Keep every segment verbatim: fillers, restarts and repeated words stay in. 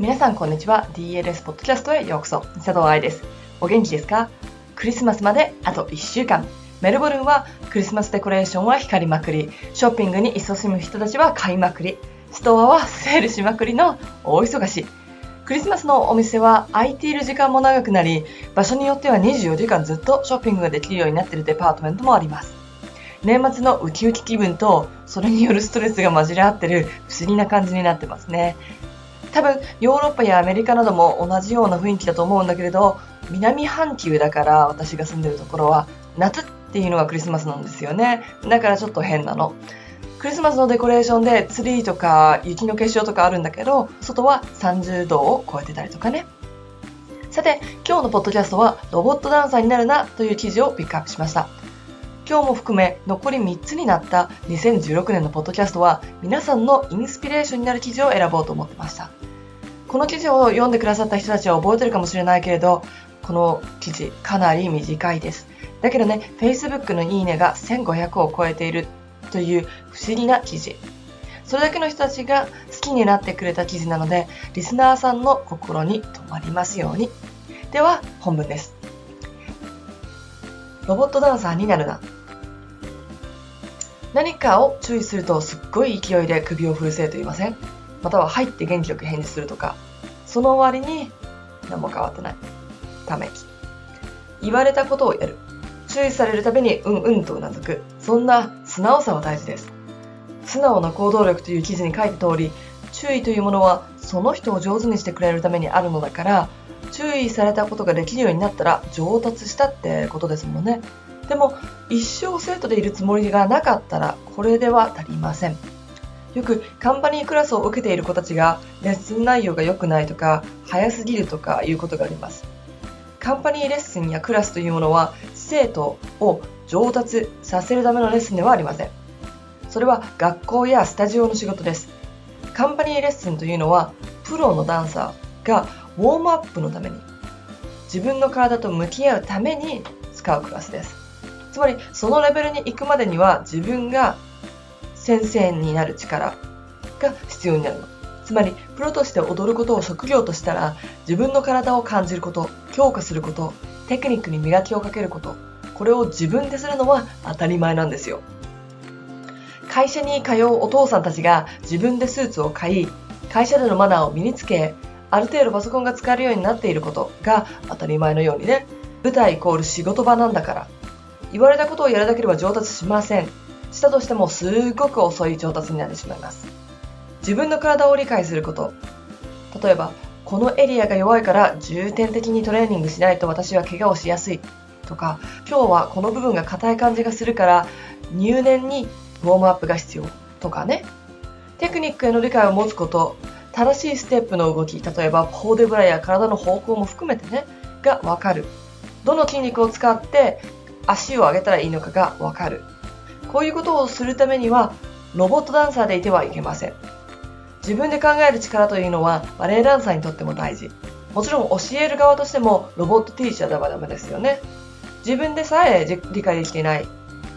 皆さんこんにちは。 ディーエルエス ポッドキャストへようこそ。佐藤愛です。お元気ですか？クリスマスまであといっしゅうかん。メルボルンはクリスマスデコレーションは光りまくり、ショッピングに勤しむ人たちは買いまくり、ストアはセールしまくりの大忙し。クリスマスのお店は空いている時間も長くなり、場所によってはにじゅうよじかんずっとショッピングができるようになっているデパートメントもあります。年末のウキウキ気分とそれによるストレスが混じり合ってる不思議な感じになってますね。多分ヨーロッパやアメリカなども同じような雰囲気だと思うんだけれど、南半球だから私が住んでるところは夏っていうのがクリスマスなんですよね。だからちょっと変なの。クリスマスのデコレーションでツリーとか雪の結晶とかあるんだけど、外はさんじゅうどを超えてたりとかね。さて、今日のポッドキャストはロボットダンサーになるなという記事をピックアップしました。今日も含め残りみっつになったにせんじゅうろくねんのポッドキャストは皆さんのインスピレーションになる記事を選ぼうと思ってました。この記事を読んでくださった人たちは覚えてるかもしれないけれど、この記事かなり短いです。だけどね、Facebook のいいねがせんごひゃくを超えているという不思議な記事。それだけの人たちが好きになってくれた記事なので、リスナーさんの心に留まりますように。では本文です。ロボットダンサーになるな。何かを注意するとすっごい勢いで首を振る生徒いません？または入って元気よく返事するとか、その終わりに何も変わってない。ため息。言われたことをやる。注意されるたびにうんうんとうなずく。そんな素直さは大事です。素直な行動力という記事に書いた通り、注意というものはその人を上手にしてくれるためにあるのだから、注意されたことができるようになったら上達したってことですもんね。でも一生生徒でいるつもりがなかったらこれでは足りません。よくカンパニークラスを受けている子たちがレッスン内容が良くないとか早すぎるとかいうことがあります。カンパニーレッスンやクラスというものは生徒を上達させるためのレッスンではありません。それは学校やスタジオの仕事です。カンパニーレッスンというのはプロのダンサーがウォームアップのために自分の体と向き合うために使うクラスです。つまりそのレベルに行くまでには自分が先生になる力が必要になるの。つまりプロとして踊ることを職業としたら、自分の体を感じること、強化すること、テクニックに磨きをかけること、これを自分でするのは当たり前なんですよ。会社に通うお父さんたちが自分でスーツを買い、会社でのマナーを身につけ、ある程度パソコンが使えるようになっていることが当たり前のようにね、舞台イコール仕事場なんだから、言われたことをやるだけでは上達しません。したとしてもすっごく遅い上達になってしまいます。自分の体を理解すること。例えば、このエリアが弱いから重点的にトレーニングしないと私は怪我をしやすいとか、今日はこの部分が硬い感じがするから入念にウォームアップが必要とかね。テクニックへの理解を持つこと、正しいステップの動き、例えばポーデブラや体の方向も含めてね、がわかる。どの筋肉を使って足を上げたらいいのかがわかる。こういうことをするためにはロボットダンサーでいてはいけません。自分で考える力というのはバレエダンサーにとっても大事。もちろん教える側としてもロボットティーチャーではダメですよね。自分でさえ理解できていない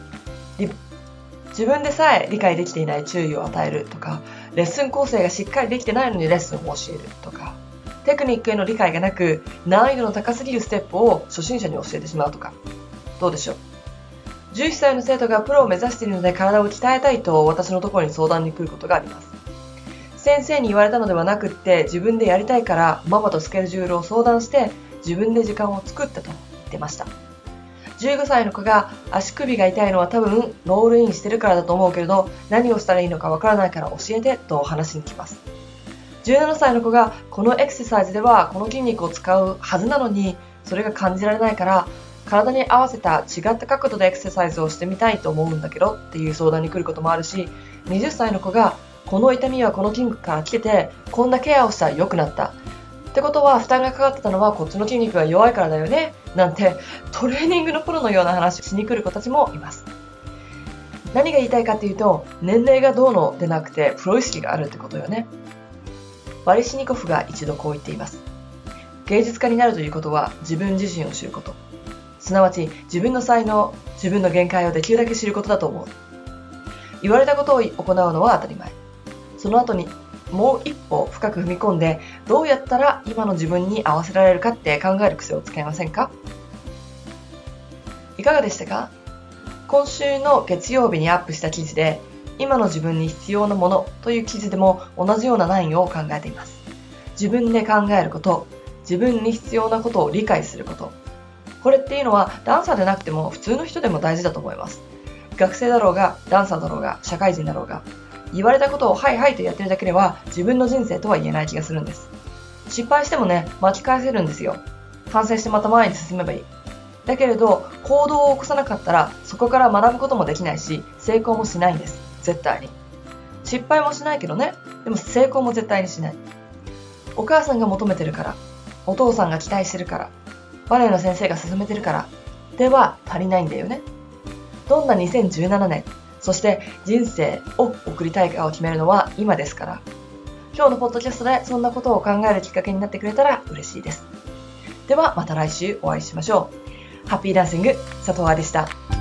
自分でさえ理解できていない注意を与えるとか、レッスン構成がしっかりできてないのにレッスンを教えるとか、テクニックへの理解がなく難易度の高すぎるステップを初心者に教えてしまうとか、どうでしょう。じゅういっさいの生徒がプロを目指しているので体を鍛えたいと私のところに相談に来ることがあります。先生に言われたのではなくって自分でやりたいからママとスケジュールを相談して自分で時間を作ったと言ってました。じゅうごさいの子が足首が痛いのは多分ロールインしてるからだと思うけれど、何をしたらいいのかわからないから教えてと話しに来ます。じゅうななさいの子がこのエクササイズではこの筋肉を使うはずなのにそれが感じられないから体に合わせた違った角度でエクササイズをしてみたいと思うんだけどっていう相談に来ることもあるし、はたちの子がこの痛みはこの筋肉から来ててこんなケアをしたら良くなったってことは負担がかかってたのはこっちの筋肉が弱いからだよねなんてトレーニングのプロのような話をしに来る子たちもいます。何が言いたいかっていうと、年齢がどうのでなくてプロ意識があるってことよね。バリシニコフが一度こう言っています。芸術家になるということは自分自身を知ること、すなわち自分の才能、自分の限界をできるだけ知ることだと思う。言われたことを行うのは当たり前。その後にもう一歩深く踏み込んでどうやったら今の自分に合わせられるかって考える癖をつけませんか？いかがでしたか？今週の月曜日にアップした記事で、今の自分に必要なものという記事でも同じような内容を考えています。自分で考えること、自分に必要なことを理解すること。これっていうのはダンサーでなくても普通の人でも大事だと思います。学生だろうが、ダンサーだろうが、社会人だろうが、言われたことをはいはいとやってるだけでは自分の人生とは言えない気がするんです。失敗してもね、巻き返せるんですよ。反省してまた前に進めばいい。だけれど、行動を起こさなかったらそこから学ぶこともできないし、成功もしないんです。絶対に。失敗もしないけどね、でも成功も絶対にしない。お母さんが求めてるから、お父さんが期待してるから、バレエの先生が勧めてるから、では足りないんだよね。どんなにせんじゅうななねん、そして人生を送りたいかを決めるのは今ですから。今日のポッドキャストでそんなことを考えるきっかけになってくれたら嬉しいです。ではまた来週お会いしましょう。ハッピーダンシング佐藤愛でした。